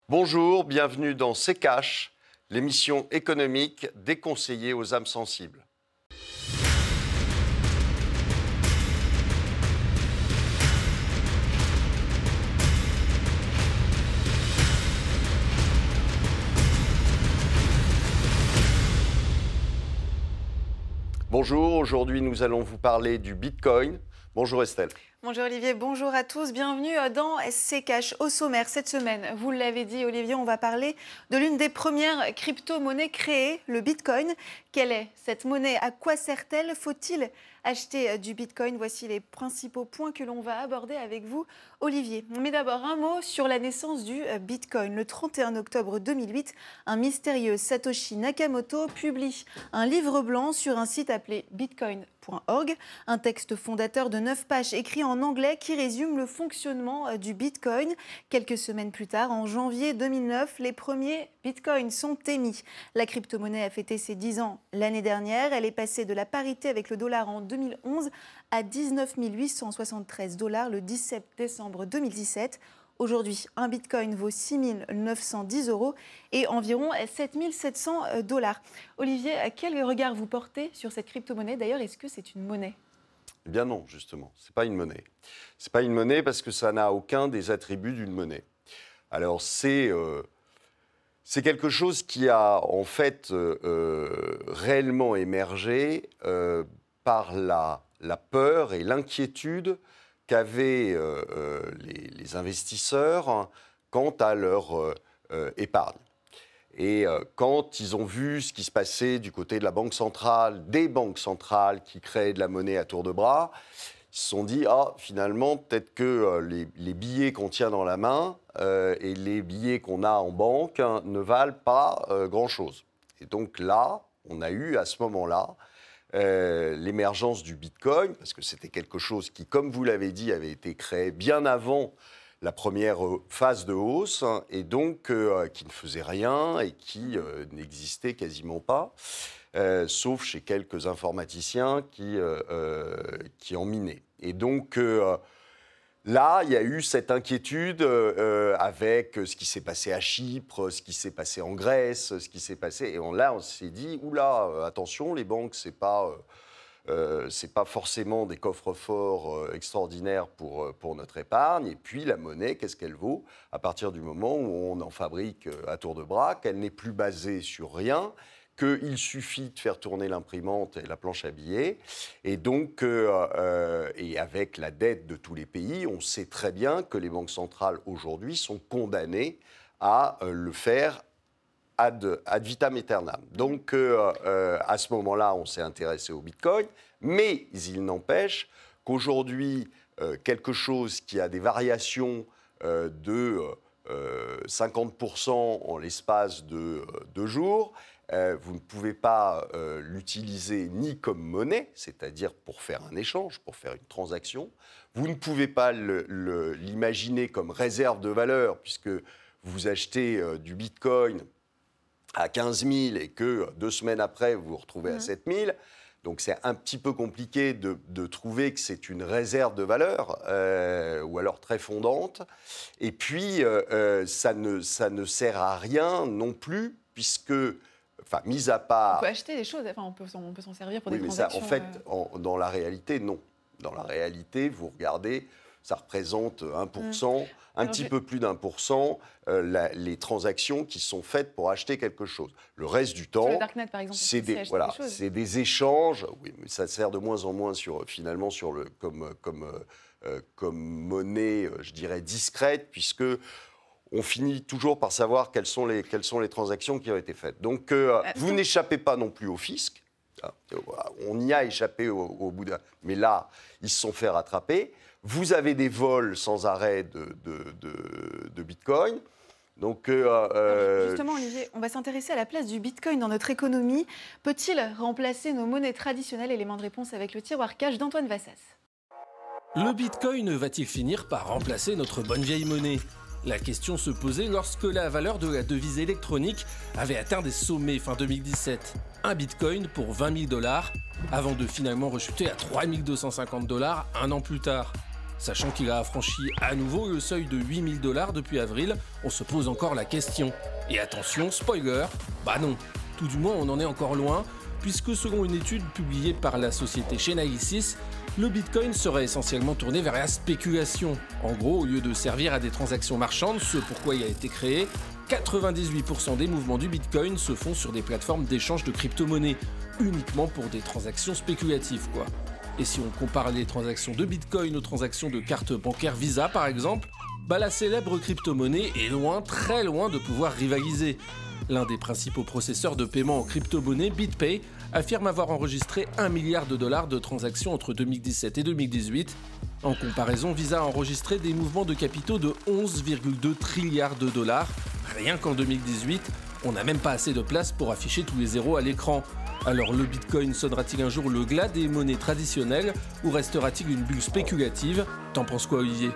Bonjour, bienvenue dans C'est Cash, l'émission économique déconseillée aux âmes sensibles. Bonjour, aujourd'hui nous allons vous parler du Bitcoin. Bonjour Estelle. Bonjour Olivier, bonjour à tous, bienvenue dans C'est Cash. Au sommaire, cette semaine, vous l'avez dit Olivier, on va parler de l'une des premières crypto-monnaies créées, le Bitcoin. Quelle est cette monnaie? À quoi sert-elle? Faut-il acheter du Bitcoin? Voici les principaux points que l'on va aborder avec vous, Olivier. Mais d'abord, un mot sur la naissance du Bitcoin. Le 31 octobre 2008, un mystérieux Satoshi Nakamoto publie un livre blanc sur un site appelé bitcoin.org, un texte fondateur de 9 pages écrit en anglais qui résume le fonctionnement du Bitcoin. Quelques semaines plus tard, en janvier 2009, les premiers Bitcoins sont émis. La crypto-monnaie a fêté ses 10 ans l'année dernière. Elle est passée de la parité avec le dollar en 2011 à 19 873 $ le 17 décembre 2017. Aujourd'hui, un bitcoin vaut 6 910 € et environ 7 700 $. Olivier, quel regard vous portez sur cette crypto-monnaie? D'ailleurs, est-ce que c'est une monnaie? Eh bien non, justement, ce n'est pas une monnaie. Ce n'est pas une monnaie parce que ça n'a aucun des attributs d'une monnaie. Alors c'est quelque chose qui a en fait réellement émergé par la peur et l'inquiétude qu'avaient les investisseurs quant à leur épargne. Et quand ils ont vu ce qui se passait du côté de la banque centrale, des banques centrales qui créaient de la monnaie à tour de bras, ils se sont dit, finalement, peut-être que les billets qu'on tient dans la main et les billets qu'on a en banque ne valent pas grand-chose. Et donc là, on a eu à ce moment-là l'émergence du Bitcoin, parce que c'était quelque chose qui, comme vous l'avez dit, avait été créé bien avant la première phase de hausse, et donc qui ne faisait rien et qui n'existait quasiment pas, sauf chez quelques informaticiens qui en minaient. Et donc là, il y a eu cette inquiétude avec ce qui s'est passé à Chypre, ce qui s'est passé en Grèce, ce qui s'est passé. Et là, on s'est dit, oula, attention, les banques, c'est pas forcément des coffres-forts extraordinaires pour notre épargne. Et puis, la monnaie, qu'est-ce qu'elle vaut à partir du moment où on en fabrique à tour de bras, qu'elle n'est plus basée sur rien, qu'il suffit de faire tourner l'imprimante et la planche à billets. Et donc, et avec la dette de tous les pays, on sait très bien que les banques centrales, aujourd'hui, sont condamnées à le faire ad vitam aeternam. Donc, à ce moment-là, on s'est intéressé au Bitcoin, mais il n'empêche qu'aujourd'hui, quelque chose qui a des variations de 50% en l'espace de 2 jours, vous ne pouvez pas l'utiliser ni comme monnaie, c'est-à-dire pour faire un échange, pour faire une transaction. Vous ne pouvez pas l'imaginer comme réserve de valeur, puisque vous achetez du Bitcoin à 15 000 et que 2 semaines après, vous vous retrouvez à 7 000. Donc, c'est un petit peu compliqué de trouver que c'est une réserve de valeur, ou alors très fondante. Et puis, ça ne sert à rien non plus, puisque, enfin, mis à part... On peut acheter des choses, enfin, on peut s'en servir pour des mais transactions. Ça, en fait, dans la réalité, non. Dans la réalité, vous regardez, ça représente 1%, un petit peu plus d'1%, les transactions qui sont faites pour acheter quelque chose. Le reste du temps, sur le Darknet, par exemple, c'est des échanges. Oui, mais ça sert de moins en moins comme monnaie, je dirais, discrète, puisque on finit toujours par savoir quelles sont les transactions qui ont été faites. Donc, vous n'échappez pas non plus au fisc. On y a échappé au bout d'un... Mais là, ils se sont fait rattraper. Vous avez des vols sans arrêt de Bitcoin. Donc, justement, Olivier, on va s'intéresser à la place du Bitcoin dans notre économie. Peut-il remplacer nos monnaies traditionnelles? Élément de réponse avec le tiroir cash d'Antoine Vassas. Le Bitcoin va-t-il finir par remplacer notre bonne vieille monnaie? La question se posait lorsque la valeur de la devise électronique avait atteint des sommets fin 2017. Un Bitcoin pour 20 000 $, avant de finalement rechuter à 3 250 $ un an plus tard. Sachant qu'il a affranchi à nouveau le seuil de 8 000 $ depuis avril, on se pose encore la question. Et attention, spoiler, bah non, tout du moins on en est encore loin, puisque selon une étude publiée par la société Chainalysis, le Bitcoin serait essentiellement tourné vers la spéculation. En gros, au lieu de servir à des transactions marchandes, ce pourquoi il a été créé, 98% des mouvements du Bitcoin se font sur des plateformes d'échange de crypto-monnaies, uniquement pour des transactions spéculatives, quoi. Et si on compare les transactions de Bitcoin aux transactions de cartes bancaires Visa, par exemple, bah la célèbre crypto-monnaie est loin, très loin de pouvoir rivaliser. L'un des principaux processeurs de paiement en crypto-monnaie, BitPay, affirme avoir enregistré 1 milliard de dollars de transactions entre 2017 et 2018. En comparaison, Visa a enregistré des mouvements de capitaux de 11,2 trilliards de dollars. Rien qu'en 2018, on n'a même pas assez de place pour afficher tous les zéros à l'écran. Alors le Bitcoin sonnera-t-il un jour le glas des monnaies traditionnelles ou restera-t-il une bulle spéculative? T'en penses quoi, Olivier?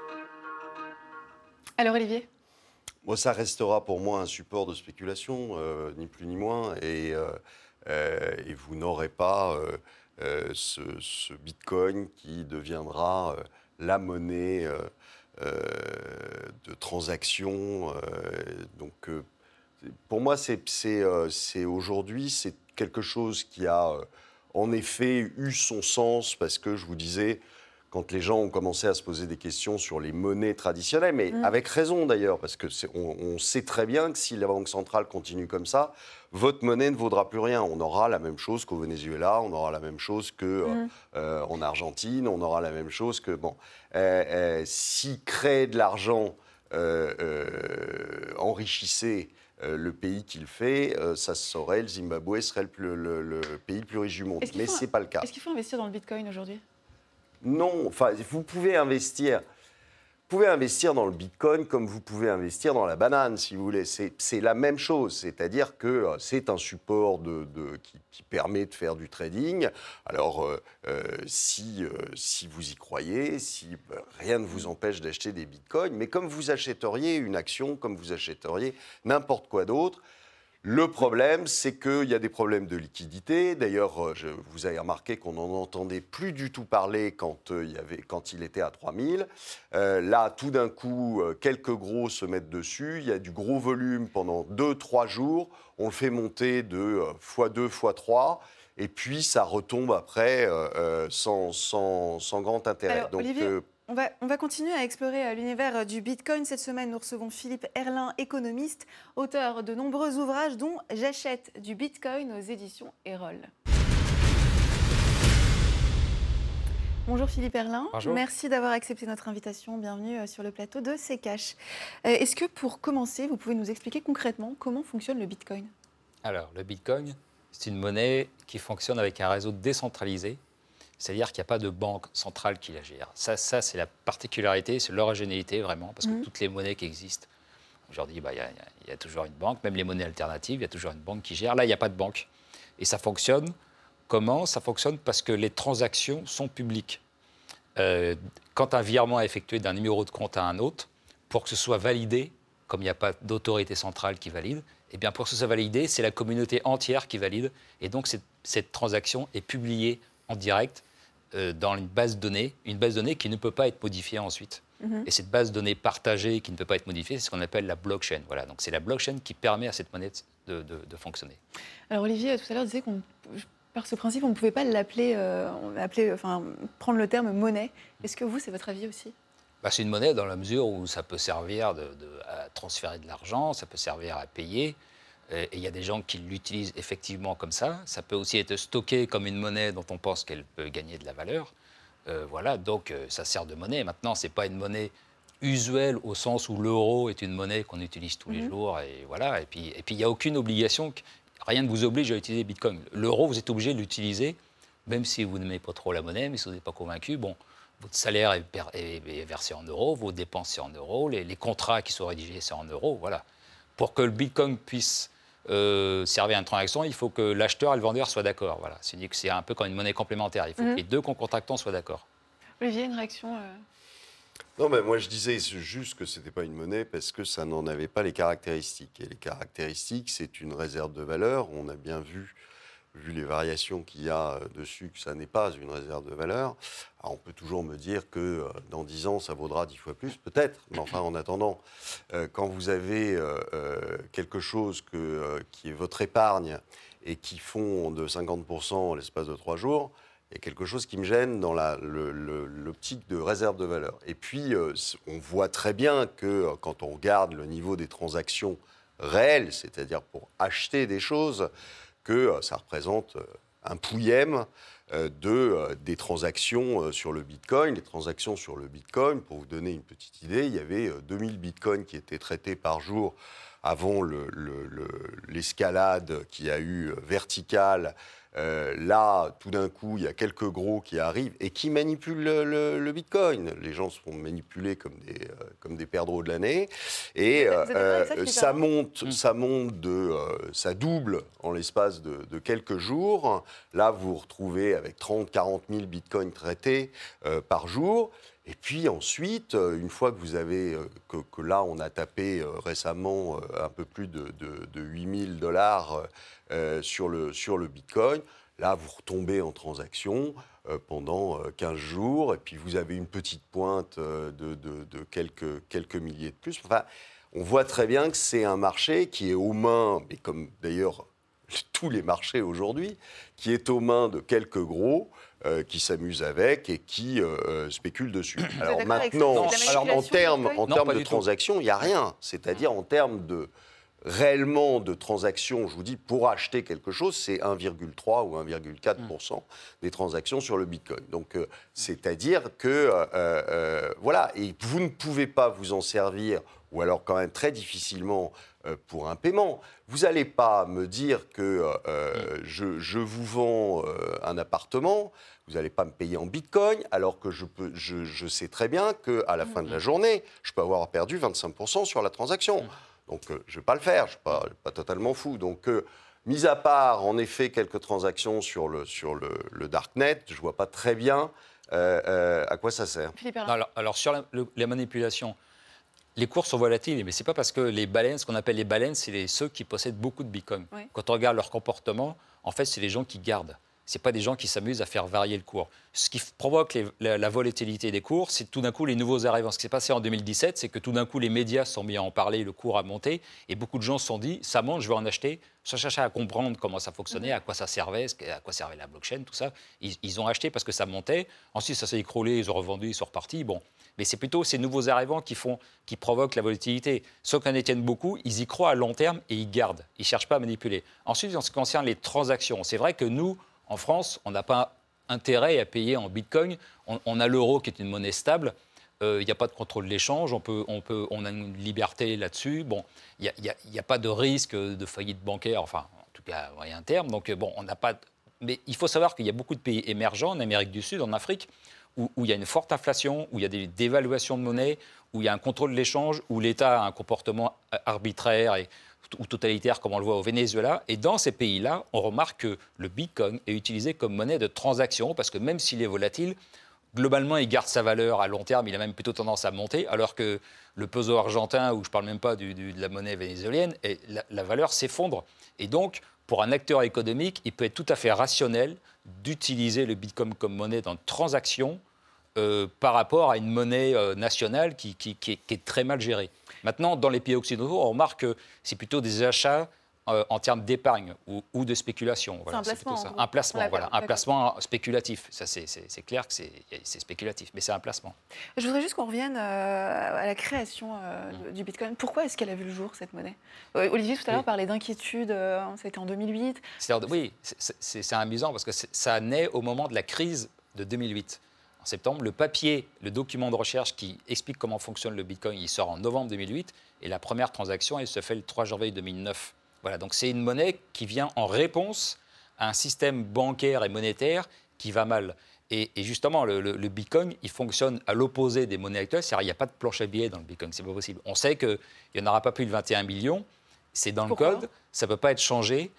Alors Olivier? Moi, ça restera pour moi un support de spéculation, ni plus ni moins, et vous n'aurez pas ce Bitcoin qui deviendra la monnaie de transaction. Donc, pour moi, c'est aujourd'hui, c'est quelque chose qui a en effet eu son sens, parce que je vous disais, quand les gens ont commencé à se poser des questions sur les monnaies traditionnelles, mais avec raison d'ailleurs, parce qu'on sait très bien que si la Banque centrale continue comme ça, votre monnaie ne vaudra plus rien. On aura la même chose qu'au Venezuela, on aura la même chose qu'en Argentine, on aura la même chose que... Bon, si créer de l'argent enrichissait le pays qu'il fait, ça serait, le Zimbabwe serait le pays le plus riche du monde. Mais ce n'est pas le cas. Est-ce qu'il faut investir dans le Bitcoin aujourd'hui ? Non, enfin, vous pouvez investir dans le Bitcoin comme vous pouvez investir dans la banane, si vous voulez. C'est la même chose, c'est-à-dire que c'est un support qui permet de faire du trading. Alors, si vous y croyez, rien ne vous empêche d'acheter des Bitcoins, mais comme vous achèteriez une action, comme vous achèteriez n'importe quoi d'autre. Le problème, c'est qu'il y a des problèmes de liquidité. D'ailleurs, vous avez remarqué qu'on n'en entendait plus du tout parler quand il était à 3000. Là, tout d'un coup, quelques gros se mettent dessus. Il y a du gros volume pendant 2-3 jours. On le fait monter de x2, x3. Et puis, ça retombe après sans grand intérêt. Alors, donc, Olivier, on va continuer à explorer l'univers du Bitcoin. Cette semaine, nous recevons Philippe Herlin, économiste, auteur de nombreux ouvrages, dont J'achète du Bitcoin aux éditions Erol. Bonjour Philippe Herlin. Bonjour. Merci d'avoir accepté notre invitation. Bienvenue sur le plateau de C'est Cash. Est-ce que pour commencer, vous pouvez nous expliquer concrètement comment fonctionne le Bitcoin ? Alors, le Bitcoin, c'est une monnaie qui fonctionne avec un réseau décentralisé. C'est-à-dire qu'il n'y a pas de banque centrale qui la gère. Ça c'est la particularité, c'est l'originalité vraiment, parce que toutes les monnaies qui existent, aujourd'hui, il y a toujours une banque, même les monnaies alternatives, il y a toujours une banque qui gère. Là, il n'y a pas de banque. Et ça fonctionne comment ? Ça fonctionne parce que les transactions sont publiques. Quand un virement est effectué d'un numéro de compte à un autre, pour que ce soit validé, comme il n'y a pas d'autorité centrale qui valide, eh bien pour que ce soit validé, c'est la communauté entière qui valide. Et donc, cette transaction est publiée en direct dans une base de données qui ne peut pas être modifiée ensuite. Et cette base de données partagée qui ne peut pas être modifiée, c'est ce qu'on appelle la blockchain. Voilà, donc c'est la blockchain qui permet à cette monnaie de fonctionner. Alors Olivier, tout à l'heure, disait par ce principe, on ne pouvait pas prendre le terme monnaie. Est-ce que vous, c'est votre avis aussi ? C'est une monnaie dans la mesure où ça peut servir à transférer de l'argent, ça peut servir à payer. Et il y a des gens qui l'utilisent effectivement comme ça. Ça peut aussi être stocké comme une monnaie dont on pense qu'elle peut gagner de la valeur. Voilà, donc ça sert de monnaie. Maintenant, ce n'est pas une monnaie usuelle au sens où l'euro est une monnaie qu'on utilise tous les jours. Et voilà. Et puis, il n'y a aucune obligation. Rien ne vous oblige à utiliser Bitcoin. L'euro, vous êtes obligé de l'utiliser, même si vous n'aimez pas trop la monnaie, mais si vous n'êtes pas convaincu. Bon, votre salaire est versé en euros, vos dépenses, c'est en euros, les contrats qui sont rédigés, c'est en euros. Voilà. Pour que le Bitcoin puisse servir à une transaction, il faut que l'acheteur et le vendeur soient d'accord. Voilà. C'est un peu comme une monnaie complémentaire. Il faut que les deux contractants soient d'accord. Olivier, une réaction Non, mais moi je disais juste que ce n'était pas une monnaie parce que ça n'en avait pas les caractéristiques. Et les caractéristiques, c'est une réserve de valeur. On a bien vu vu les variations qu'il y a dessus, que ça n'est pas une réserve de valeur. Alors, on peut toujours me dire que dans 10 ans, ça vaudra 10 fois plus, peut-être. Mais enfin, en attendant, quand vous avez quelque chose qui est votre épargne et qui fond de 50% en l'espace de 3 jours, il y a quelque chose qui me gêne dans l'optique de réserve de valeur. Et puis, on voit très bien que quand on regarde le niveau des transactions réelles, c'est-à-dire pour acheter des choses, que ça représente un pouillème des transactions sur le Bitcoin. Les transactions sur le Bitcoin, pour vous donner une petite idée, il y avait 2000 Bitcoins qui étaient traités par jour avant l'escalade qu'il y a eu verticale. Là, tout d'un coup, il y a quelques gros qui arrivent et qui manipulent le Bitcoin. Les gens se font manipuler comme des perdreaux de l'année. Et ça double en l'espace de quelques jours. Là, vous vous retrouvez avec 30 000, 40 000 Bitcoins traités par jour. Et puis ensuite, une fois que vous avez, que là, on a tapé récemment un peu plus de $8 000 sur le Bitcoin, là, vous retombez en transaction pendant 15 jours, et puis vous avez une petite pointe de quelques milliers de plus. Enfin, on voit très bien que c'est un marché qui est aux mains, mais comme d'ailleurs tous les marchés aujourd'hui, qui est aux mains de quelques gros, qui s'amusent avec et qui spéculent dessus. Alors maintenant, en termes de transactions, il n'y a rien. C'est-à-dire en termes réellement de transactions, je vous dis, pour acheter quelque chose, c'est 1,3 ou 1,4% des transactions sur le Bitcoin. Donc, c'est-à-dire que, voilà, et vous ne pouvez pas vous en servir, ou alors quand même très difficilement, pour un paiement. Vous n'allez pas me dire que je vous vends un appartement, vous n'allez pas me payer en Bitcoin, alors que je sais très bien qu'à la fin de la journée, je peux avoir perdu 25% sur la transaction. Donc, je ne vais pas le faire, je ne suis pas totalement fou. Donc, mis à part, en effet, quelques transactions sur le Darknet, je ne vois pas très bien à quoi ça sert. Alors sur les manipulations, les cours sont volatiles, mais ce n'est pas parce que les baleines, ce qu'on appelle les baleines, c'est ceux qui possèdent beaucoup de Bitcoin. Oui. Quand on regarde leur comportement, en fait, c'est les gens qui gardent. Ce n'est pas des gens qui s'amusent à faire varier le cours. Ce qui provoque la volatilité des cours, c'est tout d'un coup les nouveaux arrivants. Ce qui s'est passé en 2017, c'est que tout d'un coup, les médias se sont mis à en parler, le cours a monté, et beaucoup de gens se sont dit, ça monte, je vais en acheter, sans chercher à comprendre comment ça fonctionnait, à quoi ça servait, à quoi servait la blockchain, tout ça. Ils ont acheté parce que ça montait. Ensuite, ça s'est écroulé, ils ont revendu, ils sont repartis. Bon. Mais c'est plutôt ces nouveaux arrivants qui provoquent la volatilité. Ceux qui en détiennent beaucoup, ils y croient à long terme et ils gardent. Ils ne cherchent pas à manipuler. Ensuite, en ce qui concerne les transactions, c'est vrai que nous, en France, on n'a pas intérêt à payer en Bitcoin. On a l'euro qui est une monnaie stable. Il n'y a pas de contrôle de l'échange. On a une liberté là-dessus. Bon, il n'y a pas de risque de faillite bancaire, enfin, en tout cas à moyen terme. Donc, bon, on n'a pas. Mais il faut savoir qu'il y a beaucoup de pays émergents en Amérique du Sud, en Afrique, où il y a une forte inflation, où il y a des dévaluations de monnaie, où il y a un contrôle de l'échange, où l'État a un comportement arbitraire ou totalitaire, comme on le voit au Venezuela. Et dans ces pays-là, on remarque que le Bitcoin est utilisé comme monnaie de transaction, parce que même s'il est volatile, globalement, il garde sa valeur à long terme, il a même plutôt tendance à monter, alors que le peso argentin, ou je ne parle même pas de la monnaie vénézuélienne, la valeur s'effondre. Et donc, pour un acteur économique, il peut être tout à fait rationnel d'utiliser le Bitcoin comme monnaie dans transaction par rapport à une monnaie nationale qui est très mal gérée. Maintenant, dans les pays occidentaux, on remarque que c'est plutôt des achats en termes d'épargne ou de spéculation. Voilà, c'est un placement. Ça. Un placement, voilà, un placement spéculatif. Ça, c'est clair que c'est spéculatif, mais c'est un placement. Je voudrais juste qu'on revienne à la création du Bitcoin. Pourquoi est-ce qu'elle a vu le jour, cette monnaie ? Olivier, tout à l'heure, parlait d'inquiétude. C'était en 2008. Oui, c'est amusant parce que ça naît au moment de la crise de 2008. En septembre, le papier, le document de recherche qui explique comment fonctionne le Bitcoin, il sort en novembre 2008 et la première transaction, elle se fait le 3 janvier 2009. Voilà, donc c'est une monnaie qui vient en réponse à un système bancaire et monétaire qui va mal. Et justement, le Bitcoin, il fonctionne à l'opposé des monnaies actuelles, c'est-à-dire il n'y a pas de planche à billets dans le Bitcoin, c'est pas possible. On sait qu'il n'y en aura pas plus de 21 millions, c'est dans le code, ça ne peut pas être changé,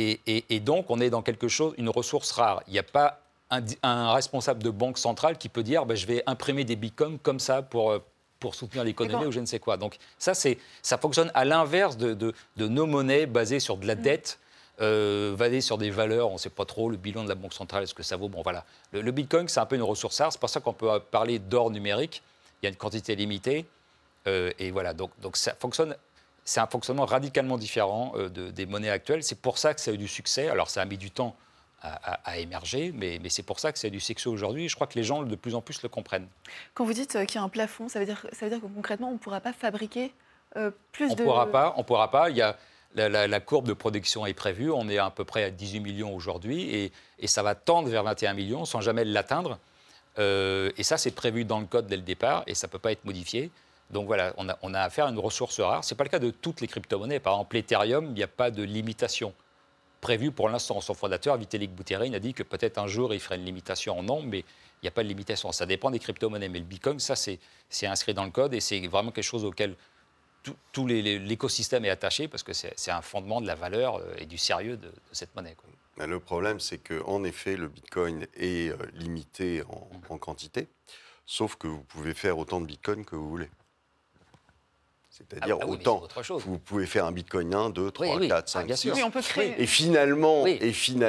et donc on est dans quelque chose, une ressource rare. Il n'y a pas un responsable de banque centrale qui peut dire je vais imprimer des bitcoins comme ça pour soutenir l'économie ou je ne sais quoi. Donc ça fonctionne à l'inverse de nos monnaies basées sur de la dette va aller sur des valeurs, on ne sait pas trop, le bilan de la Banque centrale, est-ce que ça vaut? Bon, voilà. Le Bitcoin, c'est un peu une ressource rare. C'est pour ça qu'on peut parler d'or numérique. Il y a une quantité limitée. Et voilà, donc ça fonctionne. C'est un fonctionnement radicalement différent des monnaies actuelles. C'est pour ça que ça a eu du succès. Alors, ça a mis du temps à émerger, mais c'est pour ça que ça a du succès aujourd'hui. Et je crois que les gens, de plus en plus, le comprennent. Quand vous dites qu'il y a un plafond, ça veut dire que concrètement, on ne pourra pas fabriquer plus de... On pourra pas. Il y a la courbe de production est prévue. On est à peu près à 18 millions aujourd'hui. Et ça va tendre vers 21 millions sans jamais l'atteindre. Et ça, c'est prévu dans le code dès le départ. Et ça ne peut pas être modifié. Donc voilà, on a affaire à une ressource rare. Ce n'est pas le cas de toutes les crypto-monnaies. Par exemple, l'Ethereum, il n'y a pas de limitation prévue pour l'instant. Son fondateur, Vitalik Buterin, a dit que peut-être un jour, il ferait une limitation en nombre, mais il n'y a pas de limitation. Ça dépend des crypto-monnaies. Mais le Bitcoin, ça, c'est inscrit dans le code et c'est vraiment quelque chose auquel tout l'écosystème est attaché parce que c'est un fondement de la valeur et du sérieux de cette monnaie, quoi. Le problème, c'est qu'en effet, le Bitcoin est limité en quantité, sauf que vous pouvez faire autant de Bitcoin que vous voulez. C'est-à-dire oui, autant. c'est autre chose. Vous pouvez faire un Bitcoin 1, 2, 3, Oui, 4, 5, bien 6. sûr. Oui, on peut créer... Et finalement, Oui.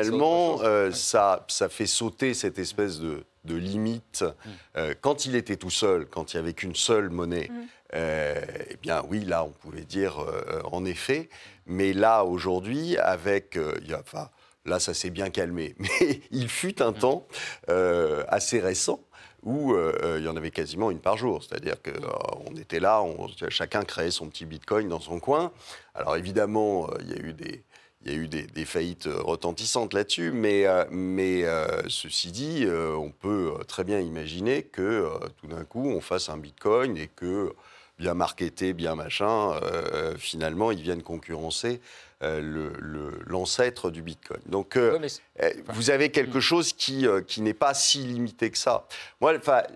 ça fait sauter cette espèce de limite. Quand il était tout seul, quand il n'y avait qu'une seule monnaie, eh bien oui, là, on pouvait dire en effet. Mais là, aujourd'hui, avec... là, ça s'est bien calmé. Mais il fut un temps assez récent où il y en avait quasiment une par jour. C'est-à-dire qu'on était là, chacun créait son petit bitcoin dans son coin. Alors évidemment, il y a eu des faillites retentissantes là-dessus, mais ceci dit, on peut très bien imaginer que tout d'un coup, on fasse un bitcoin et que, bien marketé, bien machin, finalement, ils viennent concurrencer l'ancêtre du Bitcoin. Donc, vous avez quelque chose qui n'est pas si limité que ça. Moi,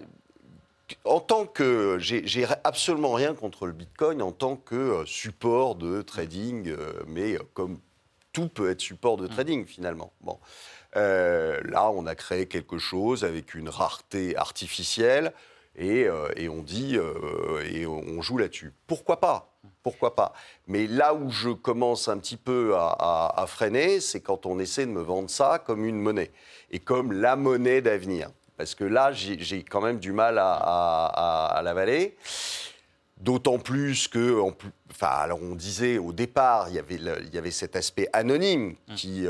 en tant que... J'ai absolument rien contre le Bitcoin en tant que support de trading, mais comme tout peut être support de trading, finalement. Bon. Là, on a créé quelque chose avec une rareté artificielle et on dit... et on joue là-dessus. Pourquoi pas ? Pourquoi pas? Mais là où je commence un petit peu à freiner, c'est quand on essaie de me vendre ça comme une monnaie et comme la monnaie d'avenir. Parce que là, j'ai quand même du mal à l'avaler. D'autant plus que, alors on disait au départ, il y avait cet aspect anonyme qui,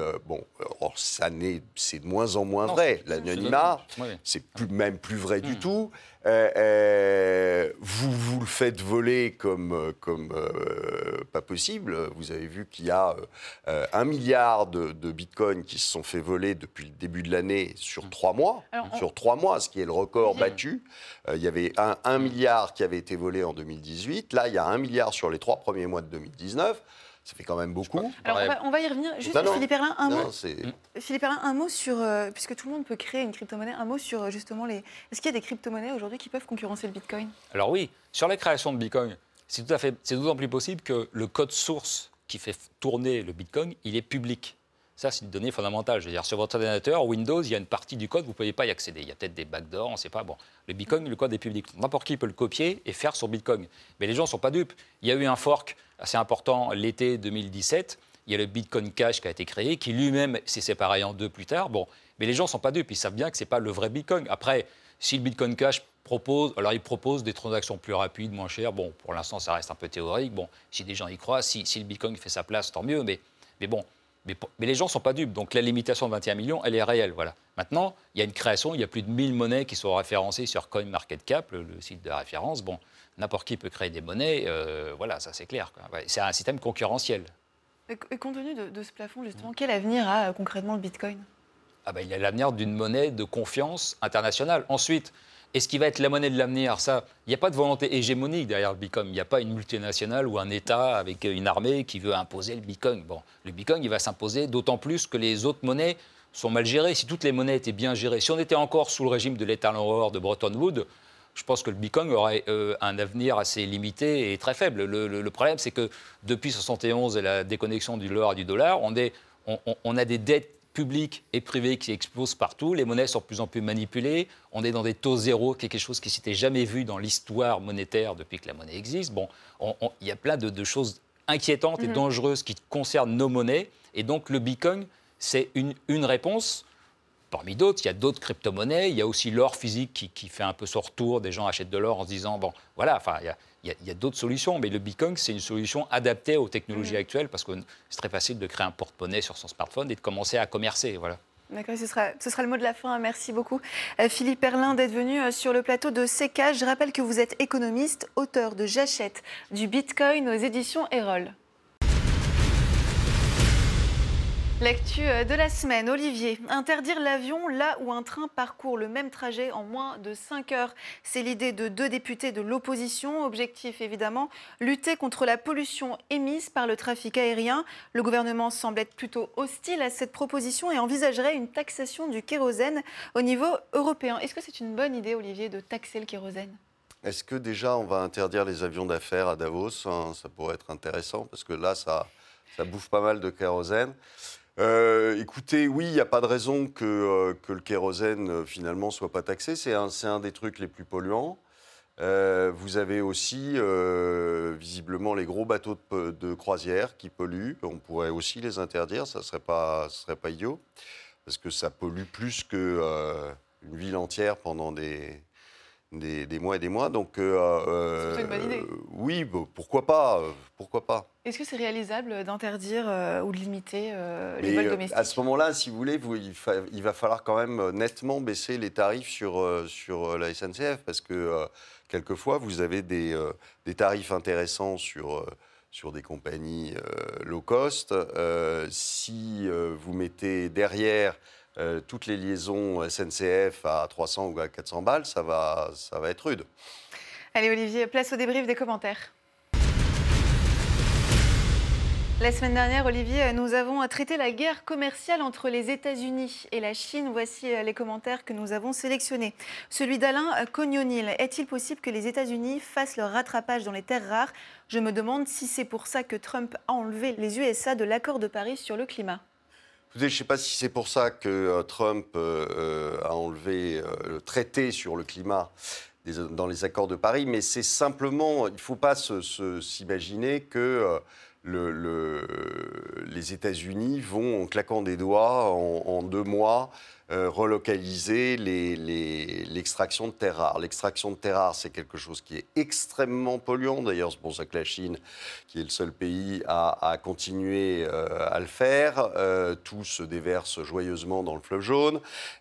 c'est de moins en moins vrai. L'anonymat, c'est même plus vrai du tout. Vous le faites voler comme pas possible. Vous avez vu qu'il y a 1 milliard de bitcoins qui se sont fait voler depuis le début de l'année sur 3 mois. Sur 3 mois, ce qui est le record battu. Il y avait 1 milliard qui avait été volé en 2018. Là, il y a 1 milliard sur les 3 premiers mois de 2019. Ça fait quand même beaucoup. Alors, on va y revenir. Juste, Philippe Herlin, un mot. Philippe Herlin, un mot sur... puisque tout le monde peut créer une crypto-monnaie, un mot sur justement les... Est-ce qu'il y a des crypto-monnaies aujourd'hui qui peuvent concurrencer le Bitcoin? Alors oui, sur la création de Bitcoin, c'est d'autant plus possible que le code source qui fait tourner le Bitcoin, il est public. Ça, c'est une donnée fondamentale. Je veux dire, sur votre ordinateur, Windows, il y a une partie du code, vous ne pouvez pas y accéder. Il y a peut-être des backdoors, on ne sait pas. Bon, le Bitcoin, le code est public. N'importe qui peut le copier et faire sur Bitcoin. Mais les gens ne sont pas dupes. Il y a eu un fork assez important l'été 2017. Il y a le Bitcoin Cash qui a été créé, qui lui-même s'est séparé en deux plus tard. Bon, mais les gens ne sont pas dupes. Ils savent bien que ce n'est pas le vrai Bitcoin. Après, si le Bitcoin Cash il propose des transactions plus rapides, moins chères. Bon, pour l'instant, ça reste un peu théorique. Bon, si des gens y croient, si le Bitcoin fait sa place, tant mieux. Mais bon... Mais les gens ne sont pas dupes, donc la limitation de 21 millions, elle est réelle. Voilà. Maintenant, il y a une création, il y a plus de 1000 monnaies qui sont référencées sur CoinMarketCap, le site de référence. Bon, n'importe qui peut créer des monnaies, voilà, ça c'est clair, quoi. Ouais, c'est un système concurrentiel. Et compte tenu de ce plafond, justement, quel avenir a concrètement le Bitcoin? Il y a l'avenir d'une monnaie de confiance internationale. Ensuite, est-ce qu'il va être la monnaie de l'avenir? Ça, il n'y a pas de volonté hégémonique derrière le Bitcoin. Il n'y a pas une multinationale ou un État avec une armée qui veut imposer le Bitcoin. Bon, le Bitcoin, il va s'imposer d'autant plus que les autres monnaies sont mal gérées. Si toutes les monnaies étaient bien gérées, si on était encore sous le régime de l'État Landor de Bretton Woods, je pense que le Bitcoin aurait un avenir assez limité et très faible. Le problème, c'est que depuis 1971 et la déconnexion du l'or et du dollar, on a des dettes public et privé qui explosent partout. Les monnaies sont de plus en plus manipulées. On est dans des taux zéro, quelque chose qui ne s'était jamais vu dans l'histoire monétaire depuis que la monnaie existe. Bon, il y a plein de choses inquiétantes et dangereuses qui concernent nos monnaies. Et donc le Bitcoin, c'est une réponse. Parmi d'autres, il y a d'autres crypto-monnaies. Il y a aussi l'or physique qui fait un peu son retour. Des gens achètent de l'or en se disant, bon, voilà, enfin, il y a d'autres solutions. Mais le Bitcoin, c'est une solution adaptée aux technologies actuelles parce que c'est très facile de créer un porte-monnaie sur son smartphone et de commencer à commercer. Voilà. D'accord, ce sera le mot de la fin. Merci beaucoup, Philippe Perlin, d'être venu sur le plateau de CKH. Je rappelle que vous êtes économiste, auteur de J'achète du Bitcoin aux éditions Erol. L'actu de la semaine, Olivier. Interdire l'avion là où un train parcourt le même trajet en moins de 5 heures. C'est l'idée de 2 députés de l'opposition. Objectif évidemment, lutter contre la pollution émise par le trafic aérien. Le gouvernement semble être plutôt hostile à cette proposition et envisagerait une taxation du kérosène au niveau européen. Est-ce que c'est une bonne idée, Olivier, de taxer le kérosène ? Est-ce que déjà on va interdire les avions d'affaires à Davos, hein, ça pourrait être intéressant parce que là, ça bouffe pas mal de kérosène. Écoutez, oui, il n'y a pas de raison que le kérosène, finalement, ne soit pas taxé. C'est un des trucs les plus polluants. Vous avez aussi, visiblement, les gros bateaux de croisière qui polluent. On pourrait aussi les interdire, ça ne serait pas idiot, parce que ça pollue plus qu'une ville entière pendant des mois et des mois. Donc, c'est une bonne idée. Oui, pourquoi pas, pourquoi pas. Est-ce que c'est réalisable d'interdire ou de limiter les vols domestiques ? À ce moment-là, si vous voulez, il va falloir quand même nettement baisser les tarifs sur la SNCF, parce que quelquefois, vous avez des tarifs intéressants sur des compagnies low cost. Si vous mettez derrière toutes les liaisons SNCF à 300 ou à 400 balles, ça va être rude. Allez Olivier, place au débrief des commentaires. La semaine dernière, Olivier, nous avons traité la guerre commerciale entre les États-Unis et la Chine. Voici les commentaires que nous avons sélectionnés. Celui d'Alain Cognonil. Est-il possible que les États-Unis fassent leur rattrapage dans les terres rares ? Je me demande si c'est pour ça que Trump a enlevé les USA de l'accord de Paris sur le climat. Je ne sais pas si c'est pour ça que Trump a enlevé le traité sur le climat dans les accords de Paris, mais c'est simplement, il ne faut pas s'imaginer que les États-Unis vont, en claquant des doigts, en 2 mois, relocaliser l'extraction de terres rares. L'extraction de terres rares, c'est quelque chose qui est extrêmement polluant. D'ailleurs, c'est pour ça que la Chine, qui est le seul pays à continuer à le faire, tout se déverse joyeusement dans le fleuve jaune.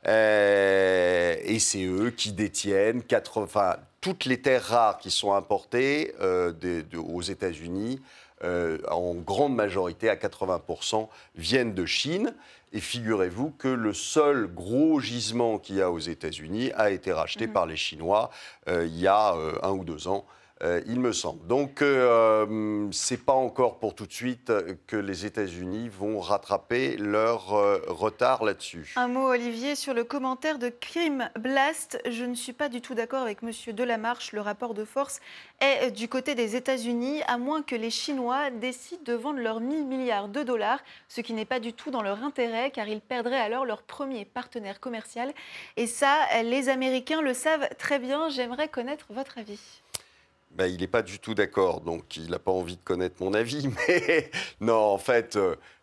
Et c'est eux qui détiennent toutes les terres rares qui sont importées aux États-Unis. En grande majorité, à 80%, viennent de Chine. Et figurez-vous que le seul gros gisement qu'il y a aux États-Unis a été racheté par les Chinois il y a 1 ou 2 ans. Il me semble. Donc, ce n'est pas encore pour tout de suite que les États-Unis vont rattraper leur retard là-dessus. Un mot, Olivier, sur le commentaire de Crime Blast. Je ne suis pas du tout d'accord avec M. Delamarche. Le rapport de force est du côté des États-Unis, à moins que les Chinois décident de vendre leurs 1 000 milliards de dollars, ce qui n'est pas du tout dans leur intérêt, car ils perdraient alors leur premier partenaire commercial. Et ça, les Américains le savent très bien. J'aimerais connaître votre avis. Il n'est pas du tout d'accord, donc il n'a pas envie de connaître mon avis. Mais non, en fait,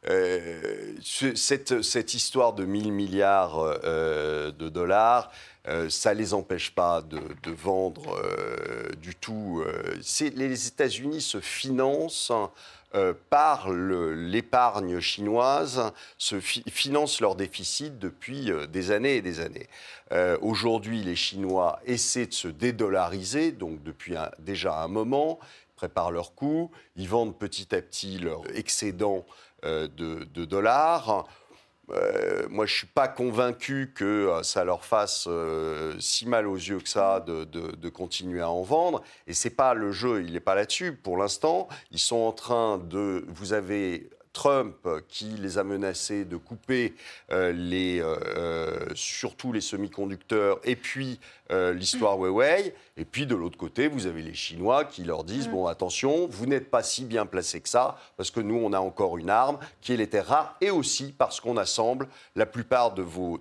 cette histoire de 1 000 milliards de dollars, ça ne les empêche pas de vendre du tout. Les États-Unis se financent par l'épargne chinoise, financent leur déficit depuis des années et des années. Aujourd'hui, les Chinois essaient de se dédollariser, donc depuis déjà un moment, ils préparent leurs coûts, ils vendent petit à petit leur excédent de dollars. Moi, je ne suis pas convaincu que ça leur fasse si mal aux yeux que ça de continuer à en vendre. Et c'est pas le jeu, il n'est pas là-dessus. Pour l'instant, ils sont en train de... Vous avez Trump qui les a menacés de couper surtout les semi-conducteurs, et puis l'histoire Huawei. Et puis de l'autre côté, vous avez les Chinois qui leur disent bon, attention, vous n'êtes pas si bien placés que ça, parce que nous, on a encore une arme qui est les terres rares, et aussi parce qu'on assemble la plupart de vos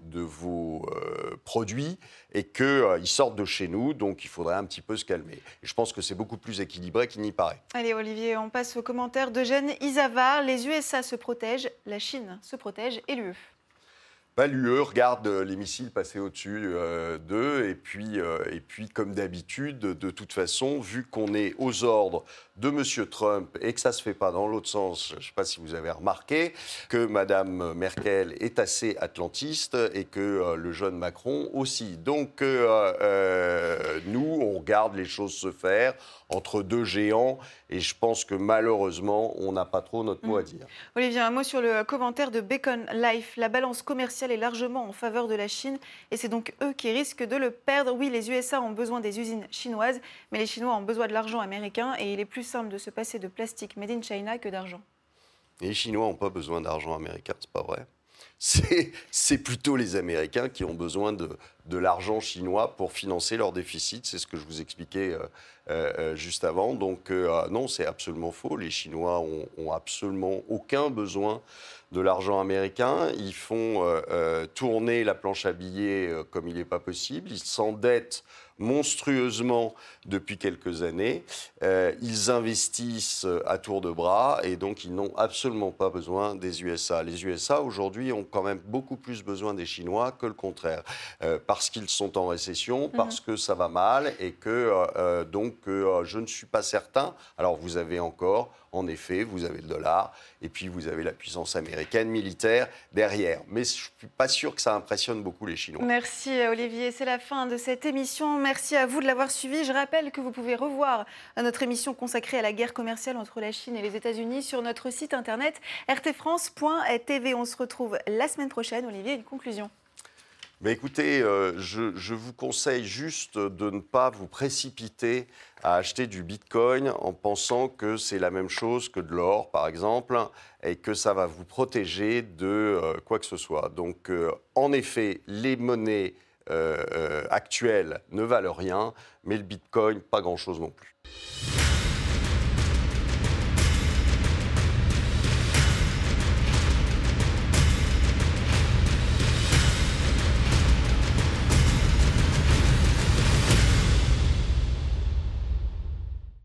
produits et qu'ils sortent de chez nous, donc il faudrait un petit peu se calmer. Et je pense que c'est beaucoup plus équilibré qu'il n'y paraît. Allez Olivier, on passe aux commentaires d'Eugène Isavard. Les USA se protègent, la Chine se protège et l'UE. L'UE regarde les missiles passer au-dessus d'eux, et puis comme d'habitude, de toute façon, vu qu'on est aux ordres de M. Trump et que ça ne se fait pas dans l'autre sens, je ne sais pas si vous avez remarqué, que Mme Merkel est assez atlantiste et que le jeune Macron aussi. Donc nous, on regarde les choses se faire entre deux géants, et je pense que malheureusement, on n'a pas trop notre mot à dire. Olivier, un mot sur le commentaire de Bacon Life. La balance commerciale est largement en faveur de la Chine et c'est donc eux qui risquent de le perdre. Oui, les USA ont besoin des usines chinoises, mais les Chinois ont besoin de l'argent américain et il est plus simple de se passer de plastique made in China que d'argent. Et les Chinois n'ont pas besoin d'argent américain, c'est pas vrai. C'est plutôt les Américains qui ont besoin de l'argent chinois pour financer leur déficit. C'est ce que je vous expliquais juste avant. Donc non, c'est absolument faux. Les Chinois ont absolument aucun besoin de l'argent américain. Ils font tourner la planche à billets comme il n'est pas possible. Ils s'endettent monstrueusement depuis quelques années. Ils investissent à tour de bras et donc ils n'ont absolument pas besoin des USA. Les USA aujourd'hui ont quand même beaucoup plus besoin des Chinois que le contraire, parce qu'ils sont en récession, parce que ça va mal et que donc je ne suis pas certain. Alors vous avez encore, en effet, vous avez le dollar et puis vous avez la puissance américaine militaire derrière. Mais je ne suis pas sûr que ça impressionne beaucoup les Chinois. Merci Olivier, c'est la fin de cette émission. Merci à vous de l'avoir suivi. Je rappelle que vous pouvez revoir notre émission consacrée à la guerre commerciale entre la Chine et les États-Unis sur notre site internet rtfrance.tv. On se retrouve la semaine prochaine. Olivier, une conclusion? Mais écoutez, je vous conseille juste de ne pas vous précipiter à acheter du Bitcoin en pensant que c'est la même chose que de l'or, par exemple, et que ça va vous protéger de quoi que ce soit. Donc, en effet, les monnaies actuelles ne valent rien, mais le Bitcoin, pas grand-chose non plus.